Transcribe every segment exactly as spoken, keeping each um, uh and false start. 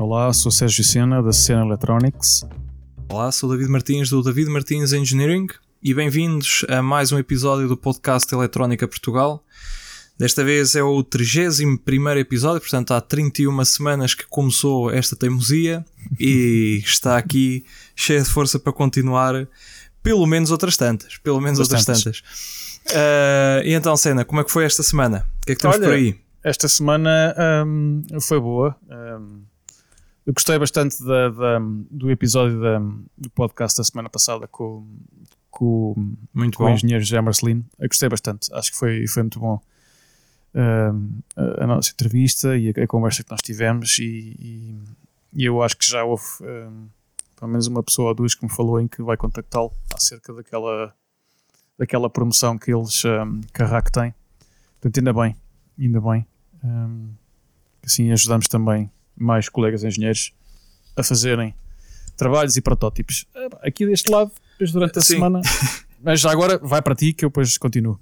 Olá, sou Sérgio Sena, da Sena Electronics. Olá, sou David Martins, do David Martins Engineering, e bem-vindos a mais um episódio do podcast Eletrónica Portugal. Desta vez é o trigésimo primeiro episódio, portanto há trinta e uma semanas que começou esta teimosia e está aqui cheia de força para continuar pelo menos outras tantas, pelo menos outras tantas. Uh, e então, Sena, como é que foi esta semana? O que é que temos Olha, por aí? Esta semana um, foi boa. Um, eu gostei bastante da, da, do episódio da, do podcast da semana passada com, com, muito com bom. o engenheiro Jamerslin. Eu gostei bastante, acho que foi, foi muito bom. Um, a, a nossa entrevista e a, a conversa que nós tivemos, e, e, e eu acho que já houve um, pelo menos uma pessoa ou duas que me falou em que vai contactá-lo acerca daquela, daquela promoção que eles um, que a R A C tem. Portanto, ainda bem, ainda bem. Um, assim ajudamos também mais colegas engenheiros a fazerem trabalhos e protótipos. Aqui deste lado, depois durante a Sim. semana, mas já agora vai para ti que eu depois continuo.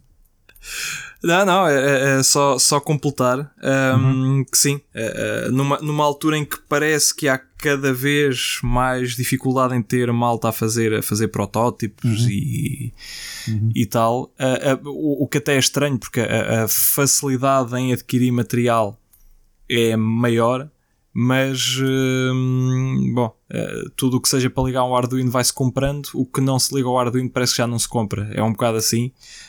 Não, não, é, é só, só completar um, Uhum. que sim, é, é, numa, numa altura em que parece que há cada vez mais dificuldade em ter malta a fazer, a fazer protótipos Uhum. e, Uhum. e tal, a, a, o, o que até é estranho, porque a, a facilidade em adquirir material é maior, mas hum, bom, uh, tudo o que seja para ligar um Arduino vai-se comprando, o que não se liga ao Arduino parece que já não se compra, é um bocado assim.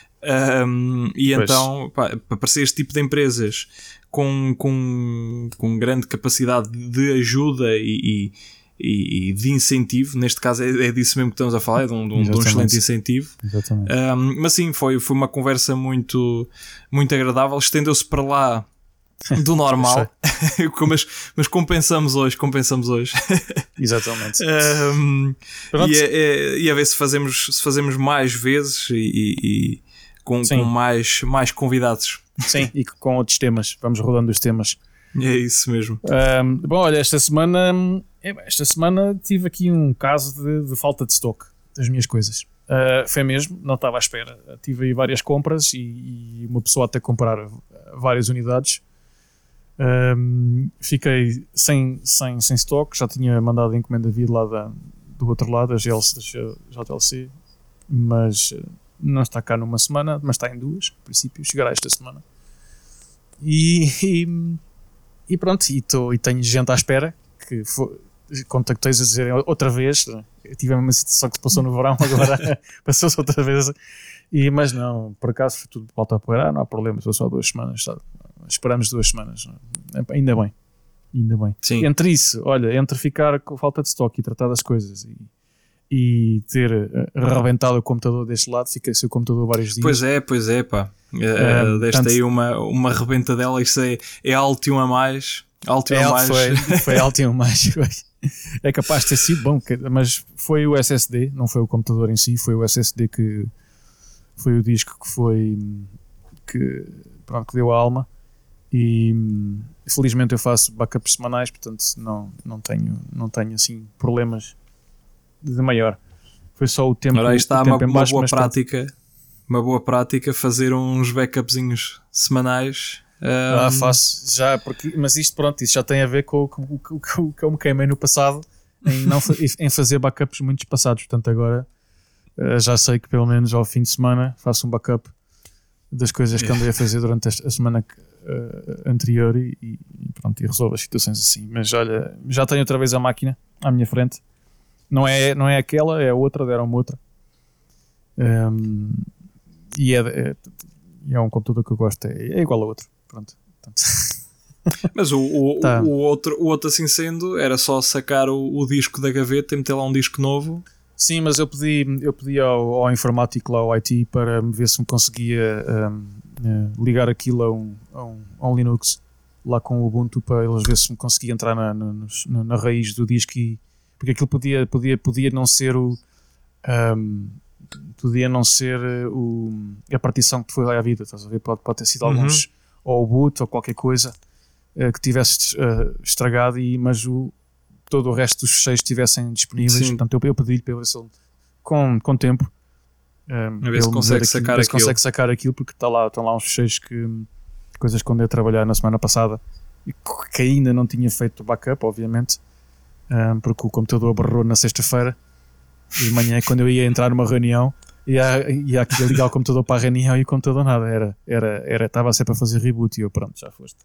Um, e Pois. então, pá, para aparecer este tipo de empresas com, com, com grande capacidade de ajuda e, e, e de incentivo, neste caso é, é disso mesmo que estamos a falar, é de um, de um, de um excelente incentivo. Exatamente. Um, mas sim, foi, foi uma conversa muito, muito agradável, estendeu-se para lá do normal, mas, mas compensamos hoje, compensamos hoje. Exatamente. um, Pronto. e, é, é, e a ver se fazemos, se fazemos mais vezes e, e, e com, Sim. com mais, mais convidados. Sim, e com outros temas. Vamos rodando os temas. É isso mesmo. Um, bom, olha, esta semana esta semana tive aqui um caso de, de falta de stock das minhas coisas. Uh, foi mesmo, não estava à espera. Tive aí várias compras e, e uma pessoa até comprar várias unidades. Um, fiquei sem, sem, sem stock, já tinha mandado a encomenda vir lá da, do outro lado, a J L C, mas não está cá numa semana, mas está em duas, no princípio, chegará esta semana. E, e, e pronto, e, tô, e tenho gente à espera, que foi, contactei-os a dizer outra vez, eu tive a mesma situação que se passou no verão, agora passou-se outra vez, e, mas não, por acaso foi tudo volta a poeirar, não há problema, são só duas semanas, sabe? Esperamos duas semanas, ainda bem, ainda bem. Sim. Entre isso, olha, entre ficar com falta de estoque e tratar das coisas e, e ter arrebentado o computador deste lado, fiquei sem o computador vários dias. Pois é, pois é, pá. Um, Deste tanto... aí uma, uma rebenta dela, isso é, é Altium a mais. Altium é, a mais. Foi, foi Altium a mais. É capaz de ter sido bom, mas foi o S S D, não foi o computador em si, foi o S S D que foi o disco que foi que, pronto, que deu a alma. E felizmente eu faço backups semanais, portanto não, não, tenho, não tenho assim problemas de maior. Foi só o tempo. Ora, aí está o uma, tempo em uma baixo, boa mas prática, pronto. Uma boa prática fazer uns backupzinhos semanais. Um... Ah, faço já, porque, mas isto pronto, isso já tem a ver com o que, com, com, que eu me queimei no passado em, não, em fazer backups muito espaçados. Portanto, agora uh, já sei que pelo menos ao fim de semana faço um backup das coisas que andei a fazer durante a semana uh, anterior e, e pronto, e resolvo as situações assim. Mas olha, já tenho outra vez a máquina à minha frente. Não é, não é aquela, é a outra, deram-me outra. Um, e é, é, é um computador que eu gosto, é, é igual a outro. Pronto. Mas o, o, tá. o, outro, o outro assim sendo, era só sacar o, o disco da gaveta e meter lá um disco novo. Sim, mas eu pedi, eu pedi ao, ao informático lá, ao I T, para me ver se me conseguia um, uh, ligar aquilo a um, a, um, a um Linux lá com o Ubuntu, para eles ver se me conseguia entrar na, na, na, na raiz do disco, e, porque aquilo podia, podia, podia não ser o um, podia não ser o, a partição que foi lá à vida, estás a ver? Pode, pode ter sido Uhum. alguns, ou o boot ou qualquer coisa uh, que tivesse uh, estragado, e, mas o todo o resto dos fecheiros estivessem disponíveis. Sim. Portanto eu, eu pedi-lhe para ver se ele, com, com tempo, um, a ver se consegue sacar aquilo, aquilo. consegue sacar aquilo, porque está lá, estão lá uns fecheiros que coisas que andei a trabalhar na semana passada que ainda não tinha feito o backup, obviamente, um, porque o computador barrou na sexta-feira de manhã, quando eu ia entrar numa reunião, ia, ia ligar o computador para a reunião e o computador nada, era, era, era, estava a ser para fazer reboot e eu, pronto, já foste.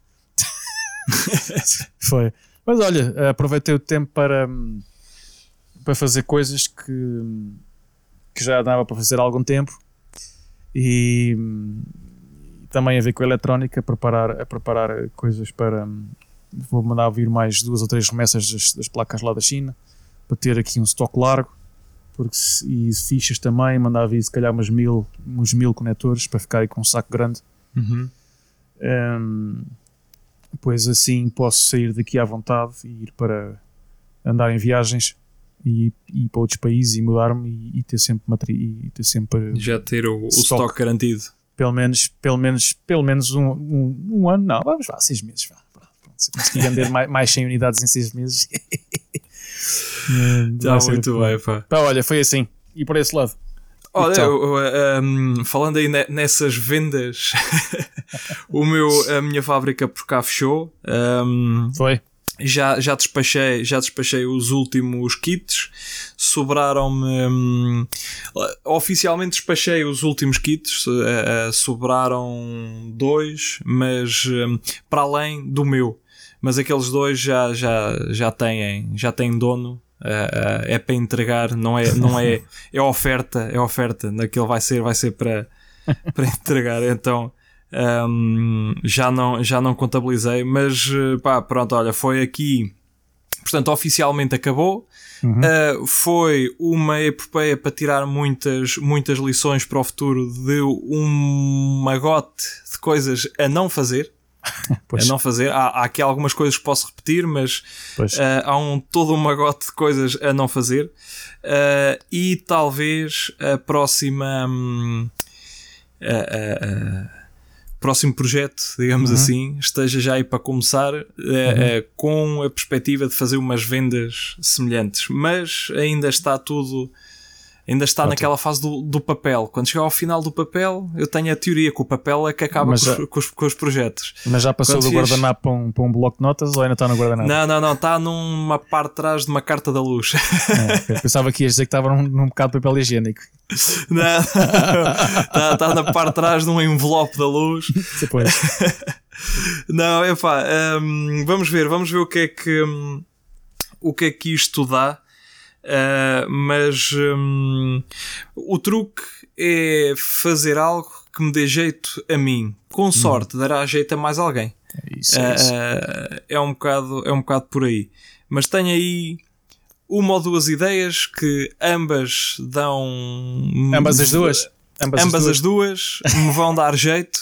Foi. Mas olha, aproveitei o tempo para, para fazer coisas que, que já dava para fazer há algum tempo e, e também a ver com a eletrónica, a preparar, a preparar coisas para... Vou mandar vir mais duas ou três remessas das, das placas lá da China para ter aqui um estoque largo, porque se, e fichas também, mandar vir se calhar umas mil, uns mil conectores para ficar aí com um saco grande. Uhum. Um, pois assim posso sair daqui à vontade e ir para andar em viagens e ir para outros países e mudar-me e, e ter sempre materi- e ter sempre já ter o, o stock. stock garantido. Pelo menos, pelo menos, pelo menos um, um, um ano, não, vamos lá, seis meses, vá. Se conseguir vender mais, mais cem unidades em seis meses, já muito bem, pá. Pá, olha, foi assim. E por esse lado, olha, então, eu, eu, um, falando aí nessas vendas, o meu, a minha fábrica por cá fechou. Um, foi. Já, já, despachei, já despachei os últimos kits. Sobraram-me. Um, oficialmente despachei os últimos kits. Uh, uh, sobraram dois, mas um, para além do meu. Mas aqueles dois já, já, já, têm, já têm dono. Uh, uh, é para entregar, não é, não é, é oferta, é oferta. Naquele vai ser, vai ser para, para entregar. Então. Um, já, não, já não contabilizei, mas pá, pronto, olha, foi aqui, portanto, oficialmente acabou. Uhum. Uh, foi uma epopeia para tirar muitas, muitas lições para o futuro de um magote de coisas a não fazer. a não fazer. Há, há aqui algumas coisas que posso repetir, mas uh, há um, todo um magote de coisas a não fazer. Uh, e talvez a próxima. Um, uh, uh, uh, próximo projeto, digamos uhum. assim, esteja já aí para começar, uhum. uh, uh, com a perspectiva de fazer umas vendas semelhantes, mas ainda está tudo, ainda está Ótimo. naquela fase do, do papel. Quando chegar ao final do papel, eu tenho a teoria que o papel é que acaba já, com, os, com, os, com os projetos. Mas já passou Quando do fiz... guardanapo para um, para um bloco de notas ou ainda está no guardanapo? Não, não, não, está numa parte de trás de uma carta da luz. É, eu pensava que ias dizer que estava num, num bocado de papel higiênico. Não, está tá na parte de trás de um envelope da luz. Depois. Não, é pá, um, vamos ver, vamos ver o que é que um, o que é que isto dá. Uh, mas um, o truque é fazer algo que me dê jeito a mim. Com sorte, hum. dará jeito a mais alguém. É isso, é, isso. Uh, é um bocado, é um bocado por aí. Mas tenho aí uma ou duas ideias que ambas dão... Ambas as duas? Ambas, ambas as, duas. as duas me vão dar jeito.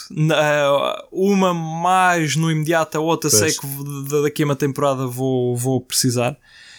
Uma mais no imediato, a outra pois. sei que daqui a uma temporada vou, vou precisar.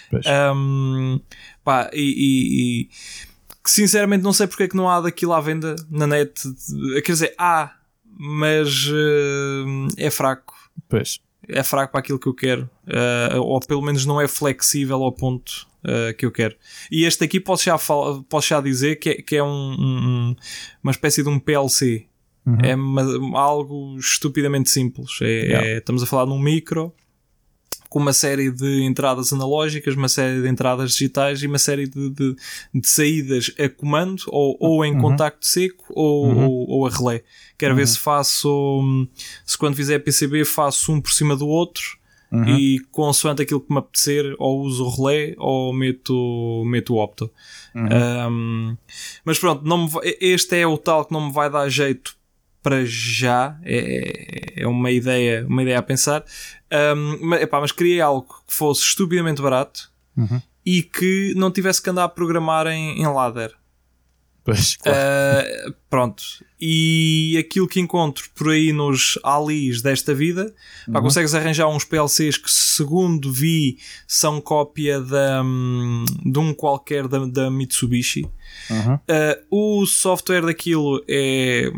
Um, pá, e, e, e sinceramente não sei porque é que não há daquilo à venda na net. Quer dizer, há, mas uh, é fraco. Pois. É fraco para aquilo que eu quero, uh, ou pelo menos não é flexível ao ponto uh, que eu quero. E este aqui posso já, fal- posso já dizer que é, que é um, um, uma espécie de um P L C. Uhum. É uma, algo estupidamente simples. É, yeah. é, estamos a falar de um micro com uma série de entradas analógicas, uma série de entradas digitais e uma série de, de, de saídas a comando, ou, ou em uhum. contacto seco ou, uhum. ou, ou a relé. Quero uhum. ver se faço, se quando fizer P C B faço um por cima do outro uhum. e consoante aquilo que me apetecer, ou uso o relé ou meto, meto o opto. Uhum. Um, mas pronto, não me, este é o tal que não me vai dar jeito para já, é, é uma ideia, uma ideia a pensar. Um, mas, epá, mas criei algo que fosse estupidamente barato uhum. e que não tivesse que andar a programar em, em ladder. Pois, claro. Uh, pronto. E aquilo que encontro por aí nos alis desta vida, uhum. pá, consegues arranjar uns P L Cs que, segundo vi, são cópia da, um, de um qualquer da, da Mitsubishi. Uhum. Uh, o software daquilo é...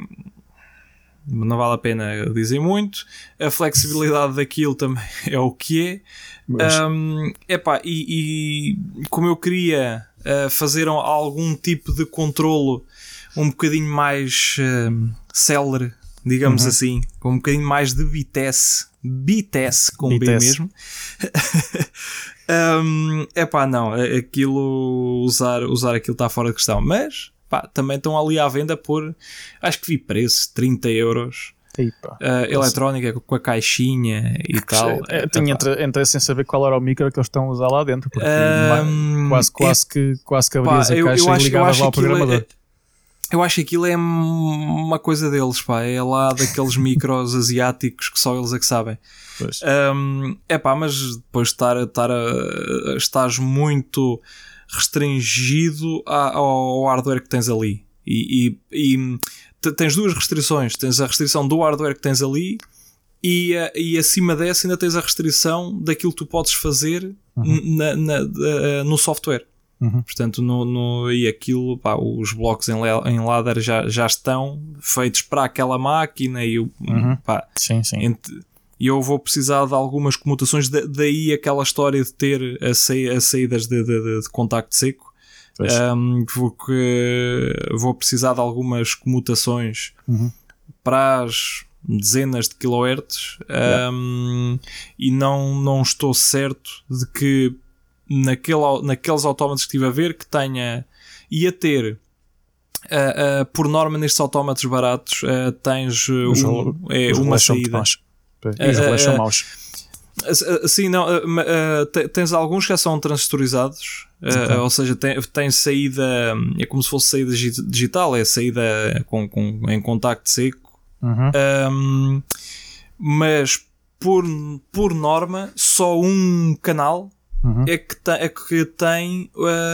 não vale a pena dizer muito. A flexibilidade daquilo também é o que é. Um, epá, e, e como eu queria uh, fazer algum tipo de controlo um bocadinho mais uh, célere digamos uhum. assim, com um bocadinho mais de bitesse, bitesse com bitesse. B mesmo. um, epá, não, aquilo, usar, usar aquilo está fora de questão, mas pá, também estão ali à venda por, acho que vi preço, trinta euros. Epa, uh, eletrónica com a caixinha e que tal. É, tinha entre, entre sem saber qual era o micro que eles estão a usar lá dentro, porque um, quase, quase, é, que, quase que abrias pá, a eu, caixa eu acho, e ligavas lá ao programador. É, eu acho que aquilo é uma coisa deles, pá, é lá daqueles micros asiáticos que só eles é que sabem. Um, é pá, mas depois de estar, estar a, estás muito restringido ao hardware que tens ali. E, e, e tens duas restrições. Tens a restrição do hardware que tens ali e, e acima dessa ainda tens a restrição daquilo que tu podes fazer uhum. na, na, na, no software. Uhum. Portanto, no, no, e aquilo, pá, os blocos em, em ladder já, já estão feitos para aquela máquina e uhum. pá, sim, sim. Ent, e eu vou precisar de algumas comutações, da, daí aquela história de ter a, sa, a saídas de, de, de, de contacto seco, um, porque vou precisar de algumas comutações uhum. para as dezenas de kilohertz yeah. um, e não, não estou certo de que naquele, naqueles autómatos que estive a ver que tenha, ia ter uh, uh, por norma nestes autómatos baratos uh, tens uh, os, um, é, os uma saída. E os relés são maus. Sim, não, uh, uh, tens alguns que já são transistorizados, okay. uh, ou seja, tem, tem saída, é como se fosse saída digital, é saída com, com, em contacto seco, uhum. um, mas por, por norma só um canal uhum. é, que te, é que tem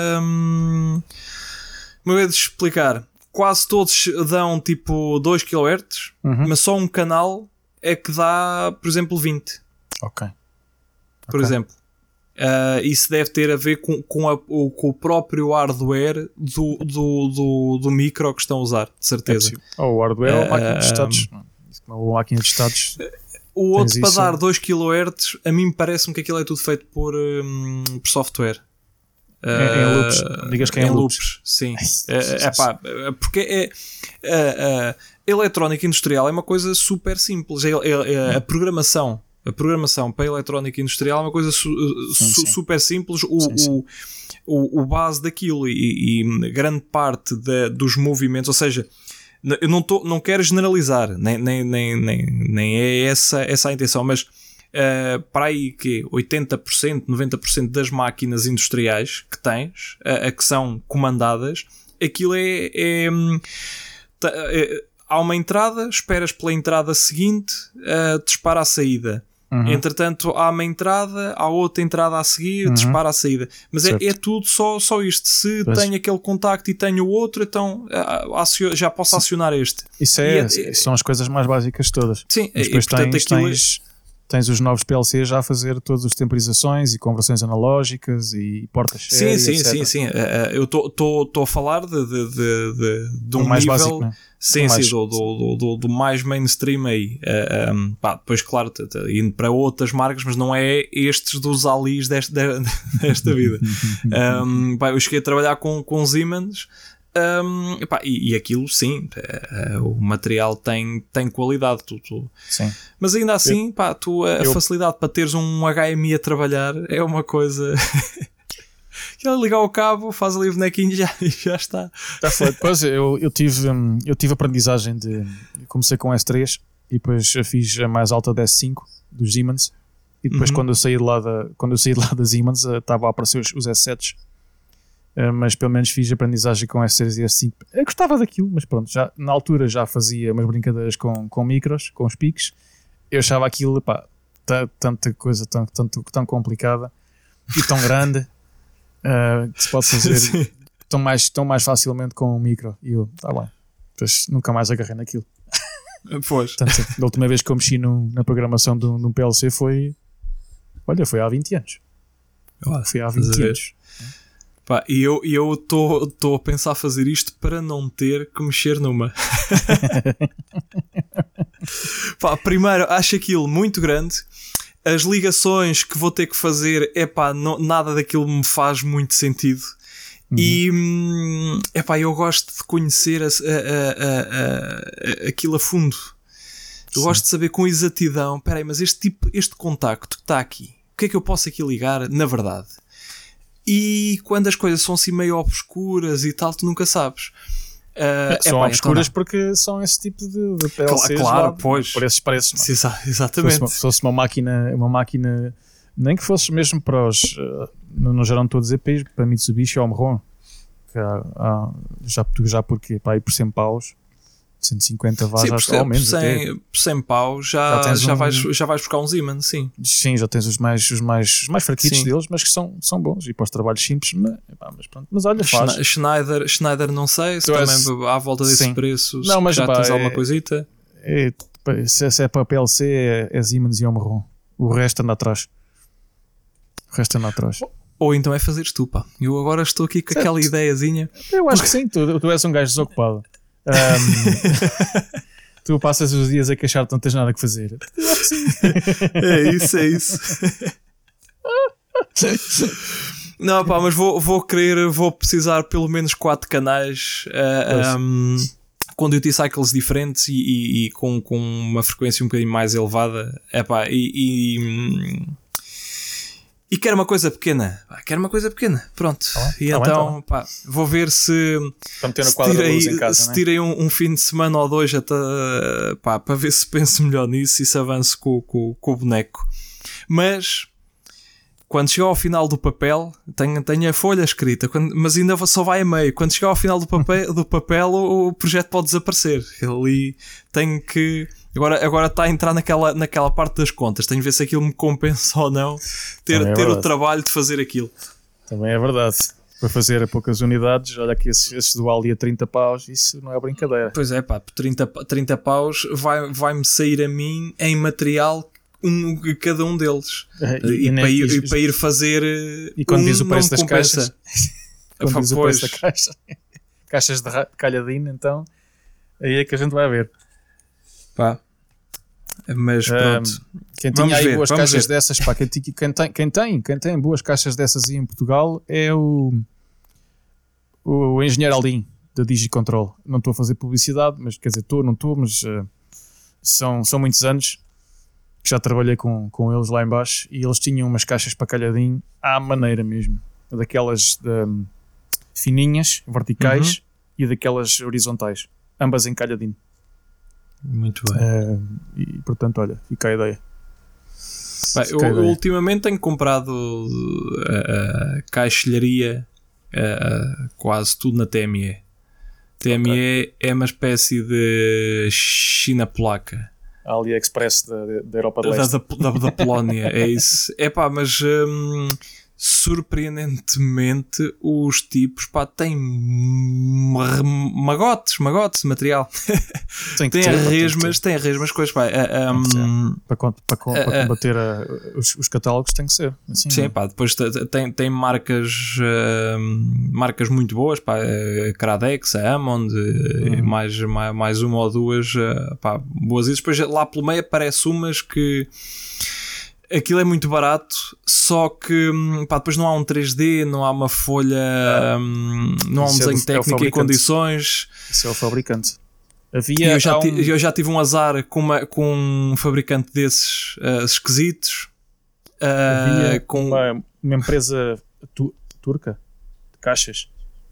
um, como é de explicar, quase todos dão tipo dois kilohertz, uhum. mas só um canal é que dá, por exemplo, vinte. Ok. Por okay. exemplo. Uh, isso deve ter a ver com, com, a, o, com o próprio hardware do, do, do, do micro que estão a usar, de certeza. É ou o hardware uh, ou a máquina de estados. Uma máquina de estados. O outro para isso. Dar dois kilohertz, a mim parece-me que aquilo é tudo feito por, um, por software. Uh, em, em loops. Não digas que é em, em loops. loops. Sim. é, é pá, porque é... Uh, uh, eletrónica industrial é uma coisa super simples. É, é, é, a programação a programação para a eletrónica industrial é uma coisa su, sim, su, sim. super simples. O, sim, sim. O, o, o base daquilo e, e grande parte de, dos movimentos, ou seja, eu não, tô, não quero generalizar, nem, nem, nem, nem, nem é essa, essa a intenção, mas uh, para aí que oitenta por cento, noventa por cento das máquinas industriais que tens, uh, que são comandadas, aquilo é, é, é há uma entrada, esperas pela entrada seguinte, uh, dispara a saída. Uhum. Entretanto, há uma entrada, há outra entrada a seguir, uhum. dispara a saída. Mas é, é tudo só, só isto. Se pois. Tenho aquele contacto e tenho o outro, então uh, já posso Sim. acionar este. Isso é, é, são as coisas mais básicas todas. Sim, mas depois e, portanto, tens, aquilo... tens, tens os novos P L Cs já a fazer todas as temporizações e conversões analógicas e portas. Sim, sim, sim, sim. Uh, eu estou a falar de, de, de, de, de um mais nível... básico, né? Sim, sim, do, do, do, do mais mainstream aí. Uh, um, pá, depois, claro, t- t- indo para outras marcas, mas não é estes dos Alis deste, desta vida. um, pá, eu cheguei a trabalhar com, com Siemens um, pá, e, e aquilo, sim, uh, o material tem, tem qualidade. Tu, tu. Sim. Mas ainda assim, pá, tu, a, eu... a facilidade para teres um H M I a trabalhar é uma coisa... que ele ligar o cabo, faz ali o bonequinho e já, já está. Já foi. Depois eu, eu, tive, eu tive aprendizagem de... Comecei com S três e depois fiz a mais alta da S cinco dos Siemens e depois uhum. quando eu saí de lá da, quando eu saí de lá da Siemens estava a aparecer os, os S sete, mas pelo menos fiz aprendizagem com S três e S cinco. Eu gostava daquilo, mas pronto, já, na altura já fazia umas brincadeiras com, com micros, com os piques. Eu achava aquilo, pá, t- tanta coisa tão, tanto, tão complicada e tão grande. Uh, que se pode fazer tão mais, tão mais facilmente com um micro. E eu, tá bem, depois nunca mais agarrei naquilo. Pois. Portanto, a última vez que eu mexi no, na programação de um, de um P L C foi, olha, foi há vinte anos. Ah, foi há vinte anos. Pá, e eu estou a pensar fazer isto para não ter que mexer numa. Pá, primeiro, acho aquilo muito grande. As ligações que vou ter que fazer, epá, não, nada daquilo me faz muito sentido. Uhum. E epá, eu gosto de conhecer a, a, a, a, a, aquilo a fundo. Tu gostas de saber com exatidão, espera aí, mas este tipo, este contacto que está aqui, o que é que eu posso aqui ligar na verdade? E quando as coisas são assim meio obscuras e tal, tu nunca sabes. Uh, são epá, obscuras então porque são esse tipo de, de P L Cs. Claro, lá, pois. Por esses preços. Sim, exatamente. Se fosse, uma, se fosse uma máquina, uma máquina, nem que fosse mesmo para os. Uh, não já não estou a dizer para, para Mitsubishi ou Omron. Que há, há, já, já porque pá, aí por cem paus, cento e cinquenta vá, já cem, ao menos. cem, cem pau já, já, já, um, vais, já vais buscar um Siemens, sim. Sim, já tens os mais, os mais, os mais fraquitos sim. deles, mas que são, são bons. E para os trabalhos simples, mas, epá, mas pronto. Mas olha, faz. Schneider, Schneider não sei, se tu também és... à volta desse sim. preço, não, mas, já pá, tens é, alguma coisita. É, é, se é para P L C, é, é Siemens e Omron. O resto anda atrás. O resto anda atrás. Ou então é fazeres tu, pá. Eu agora estou aqui com certo. aquela ideiazinha. Eu acho que sim, tu, tu és um gajo desocupado. Um, tu passas os dias a queixar-te, não tens nada que fazer. Eu acho que sim. É isso, é isso. Não, pá, mas vou, vou querer, vou precisar pelo menos quatro canais uh, um, com duty cycles diferentes e, e, e com, com uma frequência um bocadinho mais elevada. É pá, e. e E quero uma coisa pequena. Quero uma coisa pequena. Pronto. Ah, e tá então, bem, tá pá, vou ver se. Se tirei, em casa, se tirei um, um fim de semana ou dois até, pá, para ver se penso melhor nisso e se avanço com, com, com o boneco. Mas quando chegar ao final do papel, tenho, tenho a folha escrita, quando, mas ainda só vai a meio. Quando chegar ao final do papel, do papel o, o projeto pode desaparecer. Ali tenho que. Agora, agora está a entrar naquela, naquela parte das contas. Tenho de ver se aquilo me compensa ou não ter, é ter o trabalho de fazer aquilo. Também é verdade. Para fazer a poucas unidades, olha que esses, esses do Ali a trinta paus, isso não é brincadeira. Pois é, pá, trinta, trinta paus vai, vai-me sair a mim em material um, cada um deles. É, e, e, e, para ir, e para ir fazer. E quando um, diz o preço das compensa. caixas, quando ah, diz o preço da caixa, caixas de calhadinho, então aí é que a gente vai ver. Pá. Mas pronto. Um, quem tinha aí ver, boas caixas ver. dessas, pá, quem, quem, tem, quem, tem, quem tem boas caixas dessas aí em Portugal é o, o, o engenheiro Aldim da Digicontrol. Não estou a fazer publicidade, mas quer dizer, estou, não estou, mas uh, são, são muitos anos que já trabalhei com, com eles lá em baixo e eles tinham umas caixas para calhadinho à maneira mesmo, daquelas de, fininhas, verticais uhum. e daquelas horizontais, ambas em calhadinho. Muito bem. Uh, e portanto, olha, fica a ideia. Bem, eu, a ideia. ultimamente tenho comprado uh, uh, caixilharia uh, quase tudo na T M E. T M E okay. é uma espécie de China polaca. A AliExpress da, da Europa do Leste. Da, da, da, da Polónia, é isso. É pá, mas um, surpreendentemente os tipos, pá, têm magotes, magotes de material. Tem que tem ter, resmas, tem resmas coisas, pá. Um, para, para, para combater a, os, os catálogos tem que ser. Assim, sim, pá, depois tem, tem marcas, uh, marcas muito boas, pá, a Cradex, a Hammond, uhum. mais, mais, mais uma ou duas, uh, pá, boas. E depois lá pelo meio aparece umas que aquilo é muito barato, só que pá, depois não há um três D, não há uma folha, ah, um, não há um desenho é do, técnico é em condições. Isso é o fabricante. Havia, eu, já um... ti, eu já tive um azar com, uma, com um fabricante desses uh, esquisitos. Uh, Havia com uma, uma empresa tu, turca de caixas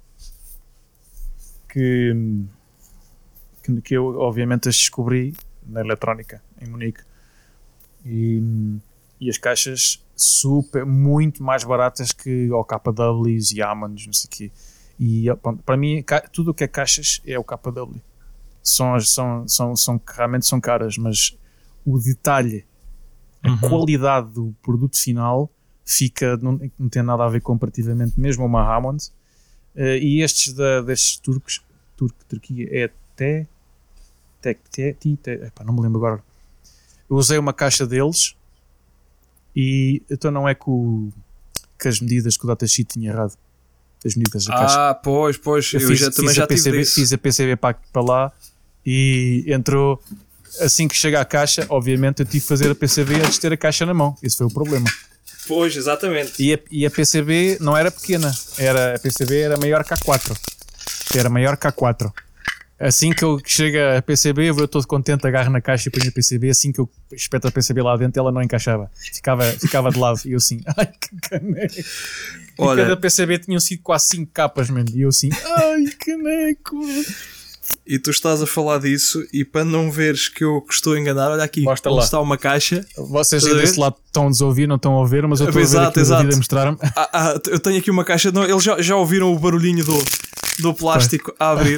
que, que, que eu obviamente as descobri na eletrónica em Munique. E E as caixas super, muito mais baratas que o K Ws e Amans, não sei o quê. E pronto, para mim, tudo o que é caixas é o K W. São, são, são, são, realmente são caras, mas o detalhe, a uhum. qualidade do produto final fica, não, não tem nada a ver comparativamente, mesmo uma Hammond. Uh, e estes da, destes turcos, Turco, Turquia, é até. Te, te, te, te, epá, não me lembro agora. Eu usei uma caixa deles. E então não é que, o, que as medidas que o datasheet tinha errado. As medidas da caixa. Ah, pois, pois. Eu, eu fiz, já também já tive isso. Fiz a P C B para, para lá e entrou. Assim que chega à caixa, obviamente eu tive que fazer a P C B antes de ter a caixa na mão. Esse foi o problema. Pois, exatamente. E a, e a P C B não era pequena. Era, a P C B era maior que a quatro. Era maior que a quatro. Assim que eu chego a P C B, eu vou todo contente, agarro na caixa e ponho a P C B. Assim que eu espeto a P C B lá dentro, ela não encaixava. Ficava, ficava de lado. E eu assim, ai que caneco. Olha, e cada P C B tinham sido quase cinco capas, mano. E eu assim, ai caneco. E tu estás a falar disso, e para não veres que eu estou a enganar, olha aqui, mostra onde lá está uma caixa. Vocês desse lado estão a desouvir, não estão a ouvir, mas eu estou exato, a ver aqui exato. a mostrar-me. Ah, ah, eu tenho aqui uma caixa, não, eles já, já ouviram o barulhinho do, do plástico a abrir.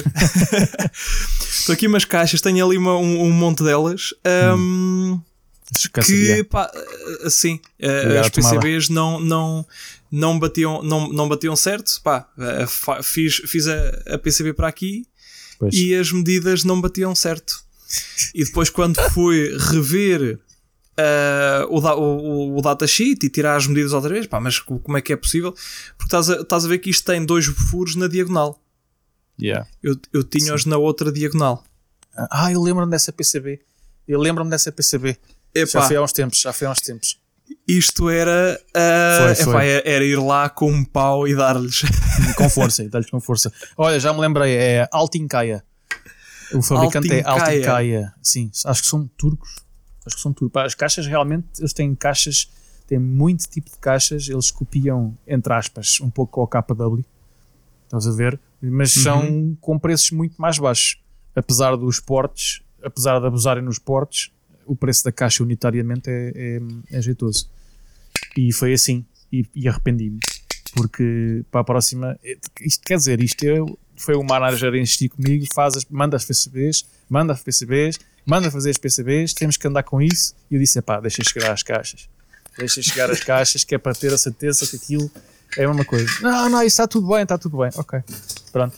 Estou aqui umas caixas, tenho ali uma, um, um monte delas. Um, que, pá, assim, uh, as P C Bs não, não, não, batiam, não, não batiam certo. Pá, uh, fiz, fiz a, a P C B para aqui. Pois. E as medidas não batiam certo. E depois, quando fui rever uh, o, o, o datasheet e tirar as medidas outra vez, pá, mas como é que é possível? Porque estás a, estás a ver que isto tem dois furos na diagonal. Yeah. Eu, eu tinha-os na outra diagonal. Ah, eu lembro-me dessa P C B. Eu lembro-me dessa P C B. Epá. Já foi há uns tempos. Já foi há uns tempos. Isto era, uh, foi, foi. Epá, era ir lá com um pau e dar-lhes com força, e dar-lhes com força. Olha, já me lembrei, é Altincaia. O fabricante Altincaia. é Altincaia. Sim, acho que são turcos. Acho que são turcos. As caixas realmente, eles têm caixas, têm muito tipo de caixas, eles copiam, entre aspas, um pouco ao K W. Estás a ver? Mas uhum. são com preços muito mais baixos. Apesar dos portes, apesar de abusarem nos portes, o preço da caixa unitariamente é, é, é jeitoso. E foi assim. E, e arrependi-me. Porque para a próxima... Isto quer dizer, isto é, foi o manager a insistir comigo, faz as, manda as P C Bs, manda as P C Bs, manda fazer as P C Bs, temos que andar com isso. E eu disse, pá, deixa chegar às caixas. Deixa chegar às caixas, que é para ter a certeza que aquilo é a mesma coisa. Não, não, isso está tudo bem, está tudo bem. Ok, pronto.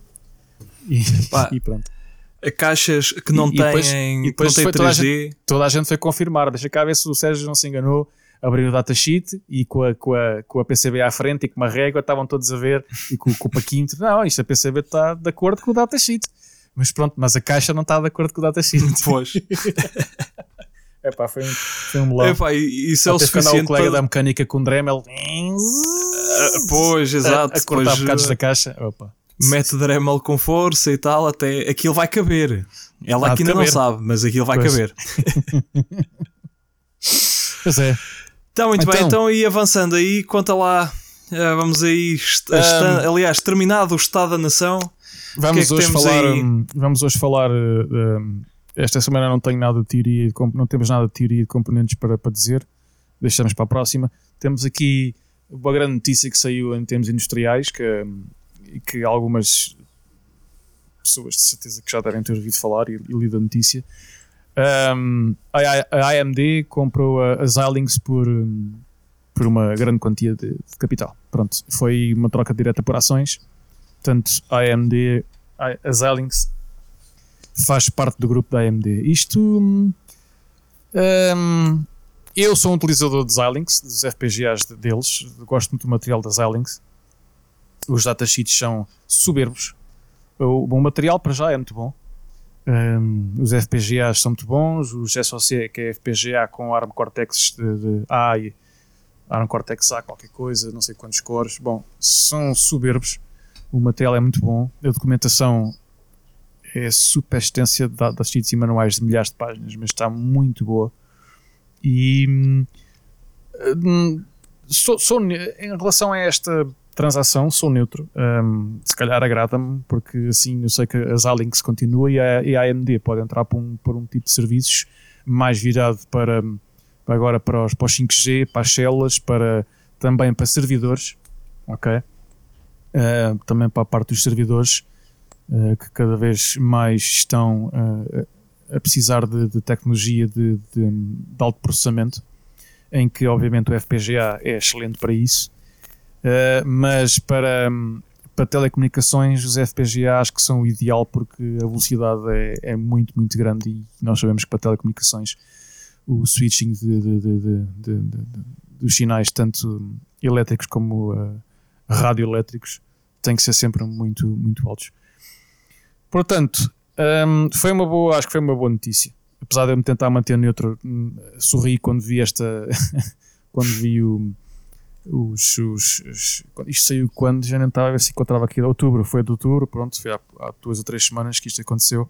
E, pá, e pronto. Caixas que não e, depois, têm, e depois que não têm três D. Toda a, gente, toda a gente foi confirmar. Deixa cá ver se o Sérgio não se enganou. Abriu o datasheet e com a, com, a, com a P C B à frente e com uma régua estavam todos a ver e com, com o Paquinho. Não, isto a P C B está de acordo com o datasheet. Mas pronto, mas a caixa não está de acordo com o datasheet. Pois. Epá, foi um, foi um melão. Epá, isso é o suficiente. O colega para... da mecânica com o Dremel. Uh, pois, exato. A, a cortar pois, bocados da caixa. Opa. Mete Dremel com força e tal, até aquilo vai caber. Ela aqui ainda não sabe, mas aquilo vai pois. caber. Pois é. Está muito então, bem, então e avançando aí, conta lá, vamos aí, está, um, aliás, terminado o Estado da Nação. Vamos, que é hoje, que falar, aí? vamos hoje falar. Um, esta semana não tenho nada de teoria, não temos nada de teoria de componentes para, para dizer. Deixamos para a próxima. Temos aqui uma grande notícia que saiu em termos industriais, que, que algumas pessoas de certeza que já devem ter ouvido falar e, e lido a notícia. Um, a, a A M D comprou a, a Xilinx por, por uma grande quantia de, de capital. Pronto, foi uma troca direta por ações. Portanto, a AMD, a, a Xilinx faz parte do grupo da A M D. Isto, um, eu sou um utilizador de Xilinx, dos F P G As deles, gosto muito do material da Xilinx. Os datasheets são soberbos. O, o material para já é muito bom. Um, os F P G As são muito bons, os S O C, que é F P G A com ARM Cortex de, de A e ARM Cortex A, qualquer coisa, não sei quantos cores, bom, são soberbos, o material é muito bom, a documentação é super extensa, das sheets e manuais de milhares de páginas, mas está muito boa. E um, sou, sou, em relação a esta transação, sou neutro. Um, se calhar agrada-me, porque assim eu sei que a Xilinx continua e a, e a AMD pode entrar por um, por um tipo de serviços mais virado para, para agora para os, para os cinco G, para as células, para, também para servidores, ok? Uh, também para a parte dos servidores, uh, que cada vez mais estão uh, a precisar de, de tecnologia de, de, de alto processamento, em que obviamente o F P G A é excelente para isso. Uh, mas para, para telecomunicações os F P G A acho que são o ideal, porque a velocidade é, é muito, muito grande e nós sabemos que para telecomunicações o switching de, de, de, de, de, de, dos sinais, tanto elétricos como uh, radioelétricos, tem que ser sempre muito, muito altos. Portanto, um, foi uma boa, acho que foi uma boa notícia. Apesar de eu me tentar manter neutro, sorri quando vi esta quando vi o os, os, os, isto saiu quando, já não estava a ver se encontrava aqui de outubro, foi de outubro, pronto, foi há, há duas ou três semanas que isto aconteceu.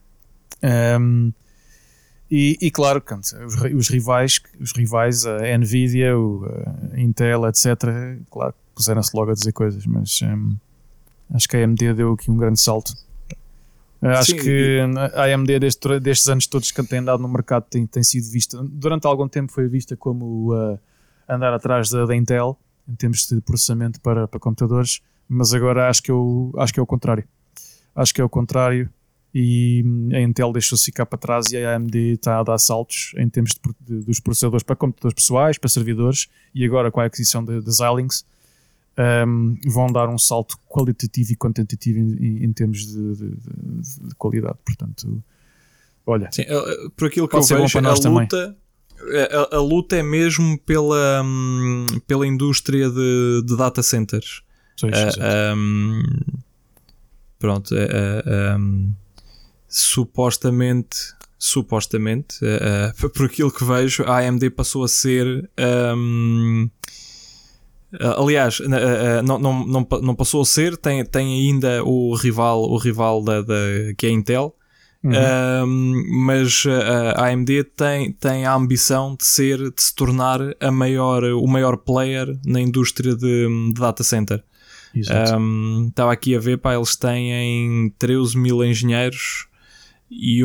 Um, e, e claro, os, os rivais, os rivais, a Nvidia, o, a Intel, etcétera, claro, puseram-se logo a dizer coisas, mas um, acho que a A M D deu aqui um grande salto. Acho Sim, que a A M D deste, destes anos todos que tem andado no mercado tem, tem sido vista, durante algum tempo foi vista como uh, andar atrás da, da Intel em termos de processamento para, para computadores, mas agora acho que, eu, acho que é o contrário. Acho que é o contrário e a Intel deixou-se ficar para trás e a A M D está a dar saltos em termos de, de, dos processadores para computadores pessoais, para servidores, e agora com a aquisição de, de Xilinx um, vão dar um salto qualitativo e quantitativo em, em, em termos de, de, de, de qualidade. Portanto, olha, Sim, por aquilo que eu vejo, a luta, a, a luta é mesmo pela, pela indústria de, de data centers. Sim, uh, um, pronto, uh, uh, um, supostamente, supostamente uh, uh, por aquilo que vejo, a A M D passou a ser. Um, Uh, aliás, uh, uh, não, não, não, não passou a ser, tem, tem ainda o rival, o rival da, da, que é a Intel, uhum. uh, mas uh, a AMD tem, tem a ambição de, ser, de se tornar a maior, o maior player na indústria de, de data center. Um, estava aqui a ver, pá, eles têm treze mil engenheiros e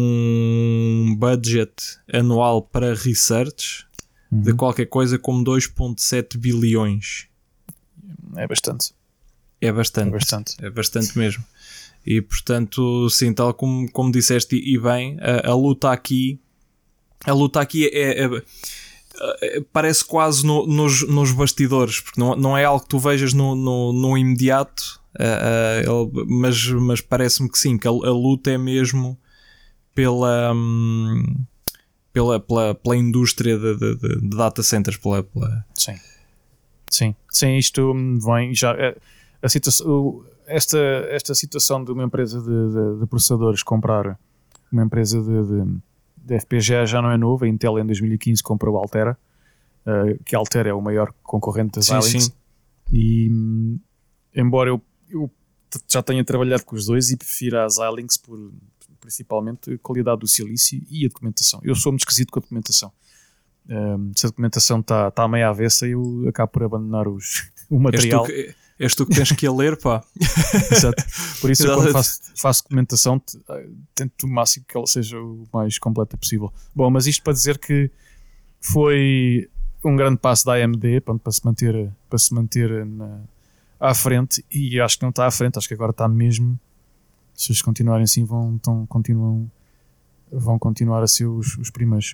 um budget anual para research de qualquer coisa como dois vírgula sete bilhões. É bastante. É bastante. É bastante, é bastante mesmo. E portanto, sim, tal como, como disseste e bem, a, a luta aqui a luta aqui é, é, é parece quase no, nos, nos bastidores, porque não, não é algo que tu vejas no, no, no imediato, uh, uh, mas, mas parece-me que sim, que a, a luta é mesmo pela... Hum, Pela, pela, pela indústria de, de, de data centers. Pela, pela... Sim. Sim, sim, isto vem já. A situação, esta, esta situação de uma empresa de, de, de processadores comprar uma empresa de, de, de F P G A já não é nova. A Intel em dois mil e quinze comprou a Altera, uh, que a Altera é o maior concorrente da Xilinx. Sim. E embora eu, eu já tenha trabalhado com os dois e prefiro a Xilinx por. Principalmente a qualidade do silício e a documentação. Eu sou muito esquisito com a documentação. Um, se a documentação está tá meio avessa, eu acabo por abandonar os, o material. És tu, que, és tu que tens que a ler, pá. Exato. Por isso, eu, quando faço, faço documentação, tento o máximo que ela seja o mais completa possível. Bom, mas isto para dizer que foi um grande passo da A M D pronto, para se manter, para se manter na, à frente, e acho que não está à frente, acho que agora está mesmo. Se eles continuarem assim, vão, tão, continuam, vão continuar a ser os, os primeiros.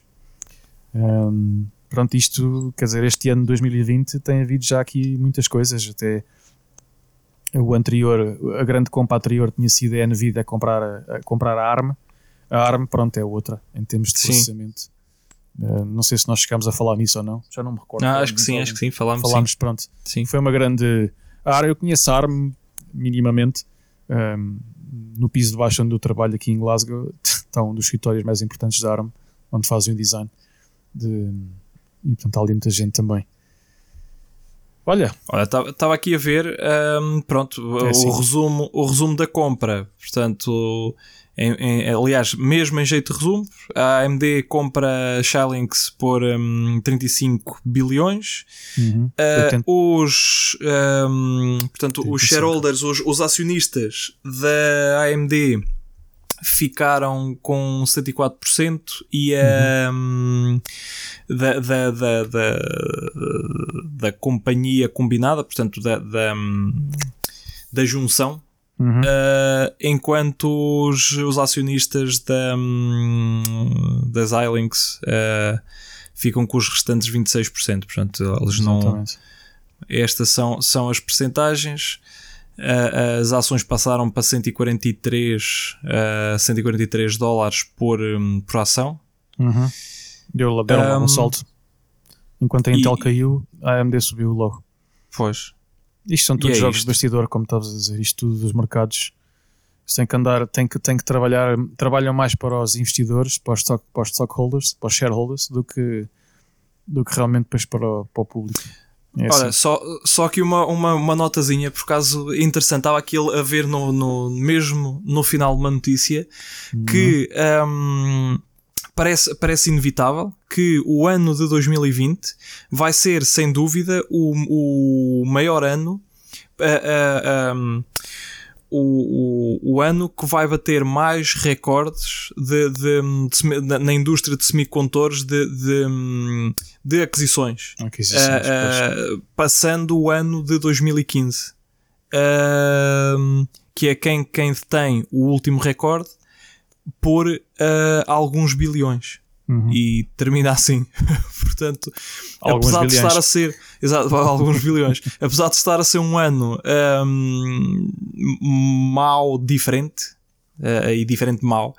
Um, pronto, isto, quer dizer, este ano de dois mil e vinte tem havido já aqui muitas coisas. Até o anterior, a grande compra anterior tinha sido a Nvidia a comprar a, a, comprar a ARM. A ARM, pronto, é outra em termos de processamento. Uh, não sei se nós chegámos a falar nisso ou não, já não me recordo. Ah, acho que sim, acho que sim, falámos. Falámos, sim. Pronto. Sim. Foi uma grande. A ARM, eu conheço a ARM minimamente. Um, no piso de baixo onde eu trabalho aqui em Glasgow está um dos escritórios mais importantes da ARM, onde fazem o design de, e portanto há ali muita gente também. Olha, estava aqui a ver um, pronto, é assim. o, resumo, o resumo da compra, portanto em, em, aliás, mesmo em jeito de resumo, a AMD compra Xilinx por um, trinta e cinco bilhões. Uhum. Uh, os um, portanto, os shareholders, os, os acionistas da A M D ficaram com setenta e quatro por cento e a uhum. um, da, da, da, da, da companhia combinada, portanto da, da, da junção. Uhum. Uh, enquanto os, os acionistas da, um, da Xilinx uh, ficam com os restantes vinte e seis por cento. Portanto, eles não. Estas são, são as percentagens. Uh, as ações passaram para cento e quarenta e três, uh, cento e quarenta e três dólares por, um, por ação. Uhum. Deu deram um, um salto. Enquanto a Intel e, caiu, a A M D subiu logo. Pois. Isto são todos é jogos isto. de bastidor, como estavas a dizer. Isto tudo dos mercados. Tem que andar, tem que, tem que trabalhar, trabalham mais para os investidores, para os, stock, para os stockholders, para os shareholders, do que, do que realmente depois para o, para o público. É Olha, assim. só, só aqui uma, uma, uma notazinha, por acaso interessante, estava aqui a ver no, no, mesmo no final de uma notícia Uhum. que um, parece, parece inevitável que o ano de dois mil e vinte vai ser, sem dúvida, o, o maior ano, uh, uh, um, o, o, o ano que vai bater mais recordes de, de, de, de, na indústria de semicondutores de, de, de aquisições, Aquisições, uh, uh, passando o ano de dois mil e quinze, uh, que é quem, quem detém o último recorde por uh, alguns bilhões. Uhum. E termina assim. Portanto, Alguns apesar bilhões. de estar a ser exato, alguns bilhões, apesar de estar a ser um ano um, mau diferente, uh, e diferente mau,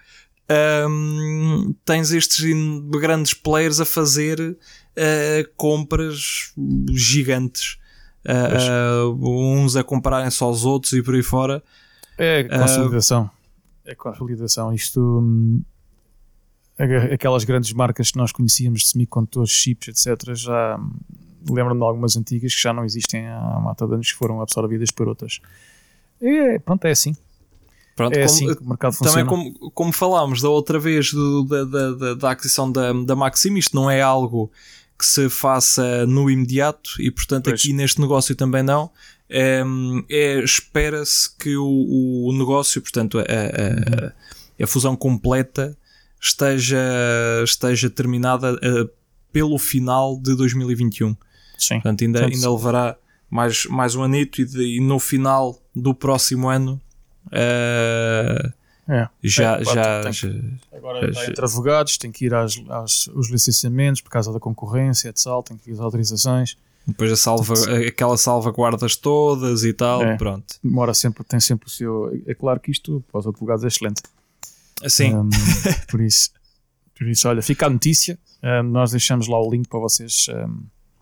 um, tens estes grandes players a fazer uh, compras gigantes, uh, uh, uns a compararem-se aos outros e por aí fora. É consolidação. Uh, é consolidação. Isto... Hum... Aquelas grandes marcas que nós conhecíamos de semicondutores, chips, etcétera, já lembram-me de algumas antigas que já não existem há mata de anos, que foram absorvidas por outras. E pronto, é assim. Pronto, é como, assim que o mercado funciona. Também como, como falámos da outra vez do, da, da, da, da aquisição da, da Maxim, isto não é algo que se faça no imediato e portanto pois. Aqui neste negócio também não. É, é, espera-se que o, o negócio, portanto a, a, a fusão completa esteja, esteja terminada uh, pelo final de dois mil e vinte e um. Sim. Portanto, ainda, ainda levará mais, mais um anito e, de, e no final do próximo ano uh, é. já, é, já, tem, já agora já, está já, entre advogados, tem que ir às, às, aos licenciamentos por causa da concorrência, etc, tem que ir às autorizações. Depois a salva, aquelas salvaguardas todas e tal, é, pronto. Demora sempre, tem sempre o seu... É claro que isto para os advogados é excelente. Sim. Um, por isso, por isso, olha, fica a notícia. Um, nós deixamos lá o link para vocês um,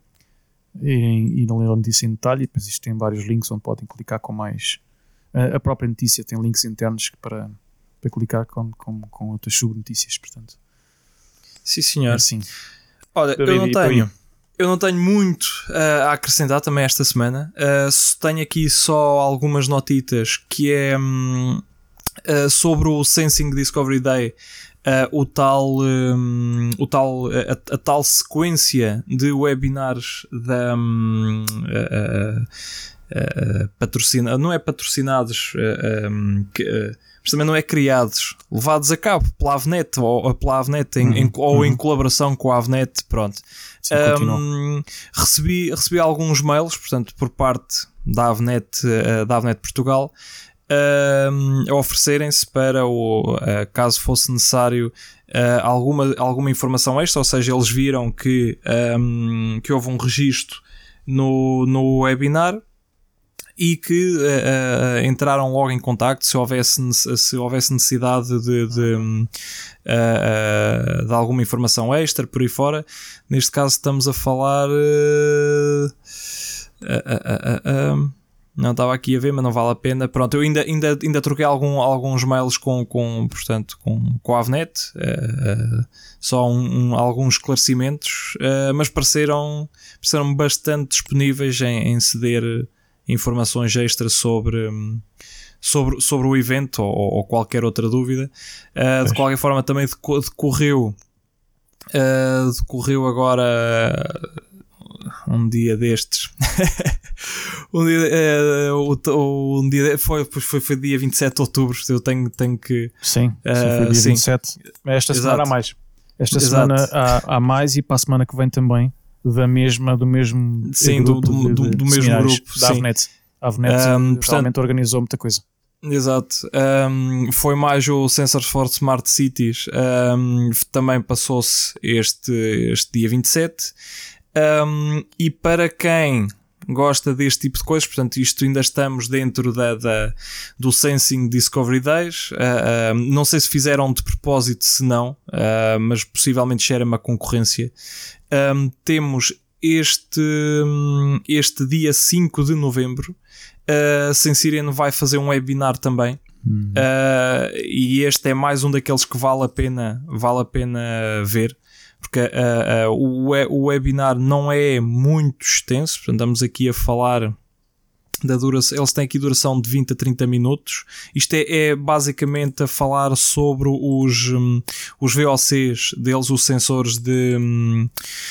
irem, irem ler a notícia em detalhe. E depois isto tem vários links onde podem clicar com mais. Uh, a própria notícia tem links internos para, para clicar com, com, com outras subnotícias. Portanto, sim, senhor. É assim. Olha, eu não tenho. Eu não tenho muito uh, a acrescentar também esta semana. Uh, tenho aqui só algumas notitas que é. Um, Uh, sobre o Sensing Discovery Day, uh, o tal, um, o tal, a, a tal sequência de webinars da um, uh, uh, uh, patrocina, não é patrocinados, uh, um, que, uh, mas também não é criados, levados a cabo pela Avnet ou, pela Avnet em, uhum, em, ou uhum. em colaboração com a Avnet, pronto. Sim, um, recebi, recebi alguns mails, portanto, por parte da Avnet, uh, da Avnet Portugal, Uh, a oferecerem-se para o, uh, caso fosse necessário uh, alguma, alguma informação extra, ou seja, eles viram que, um, que houve um registro no, no webinar e que uh, uh, entraram logo em contacto se houvesse, se houvesse necessidade de, de, uh, uh, de alguma informação extra por aí fora. Neste caso estamos a falar uh, uh, uh, uh, uh, não estava aqui a ver, mas não vale a pena. Pronto, eu ainda, ainda, ainda troquei algum, alguns mails com, com, portanto, com, com a Avnet, uh, uh, só um, um, alguns esclarecimentos, uh, mas pareceram, pareceram bastante disponíveis em, em ceder informações extras sobre, sobre, sobre o evento ou, ou qualquer outra dúvida. Uh, de qualquer forma, também decorreu, uh, decorreu agora um dia destes. um dia, uh, um dia foi, foi, foi dia vinte e sete de outubro. Eu tenho, tenho que. Sim, uh, foi dia sim. vinte e sete. Esta Exato. semana há mais. Esta Exato. semana há, há mais e para a semana que vem também. Da mesma, do mesmo. Sim, grupo do, do, de, do, de do mesmo grupo. Da Avnet. A Avnet um, portanto, realmente organizou muita coisa. Exato. Um, foi mais o Sensors for Smart Cities. Um, também passou-se este, este dia vinte e sete. Um, e para quem gosta deste tipo de coisas, portanto isto ainda estamos dentro da, da, do Sensing Discovery Days, uh, uh, não sei se fizeram de propósito, se não, uh, mas possivelmente era uma concorrência. Um, temos este, este dia cinco de novembro, a uh, Sensirian vai fazer um webinar também. Hum. Uh, e este é mais um daqueles que vale a pena, vale a pena ver. porque uh, uh, o, o webinar não é muito extenso, portanto estamos aqui a falar da duração, eles têm aqui duração de vinte a trinta minutos. Isto é, é basicamente a falar sobre os, um, os V O Cs deles, os sensores de... Um,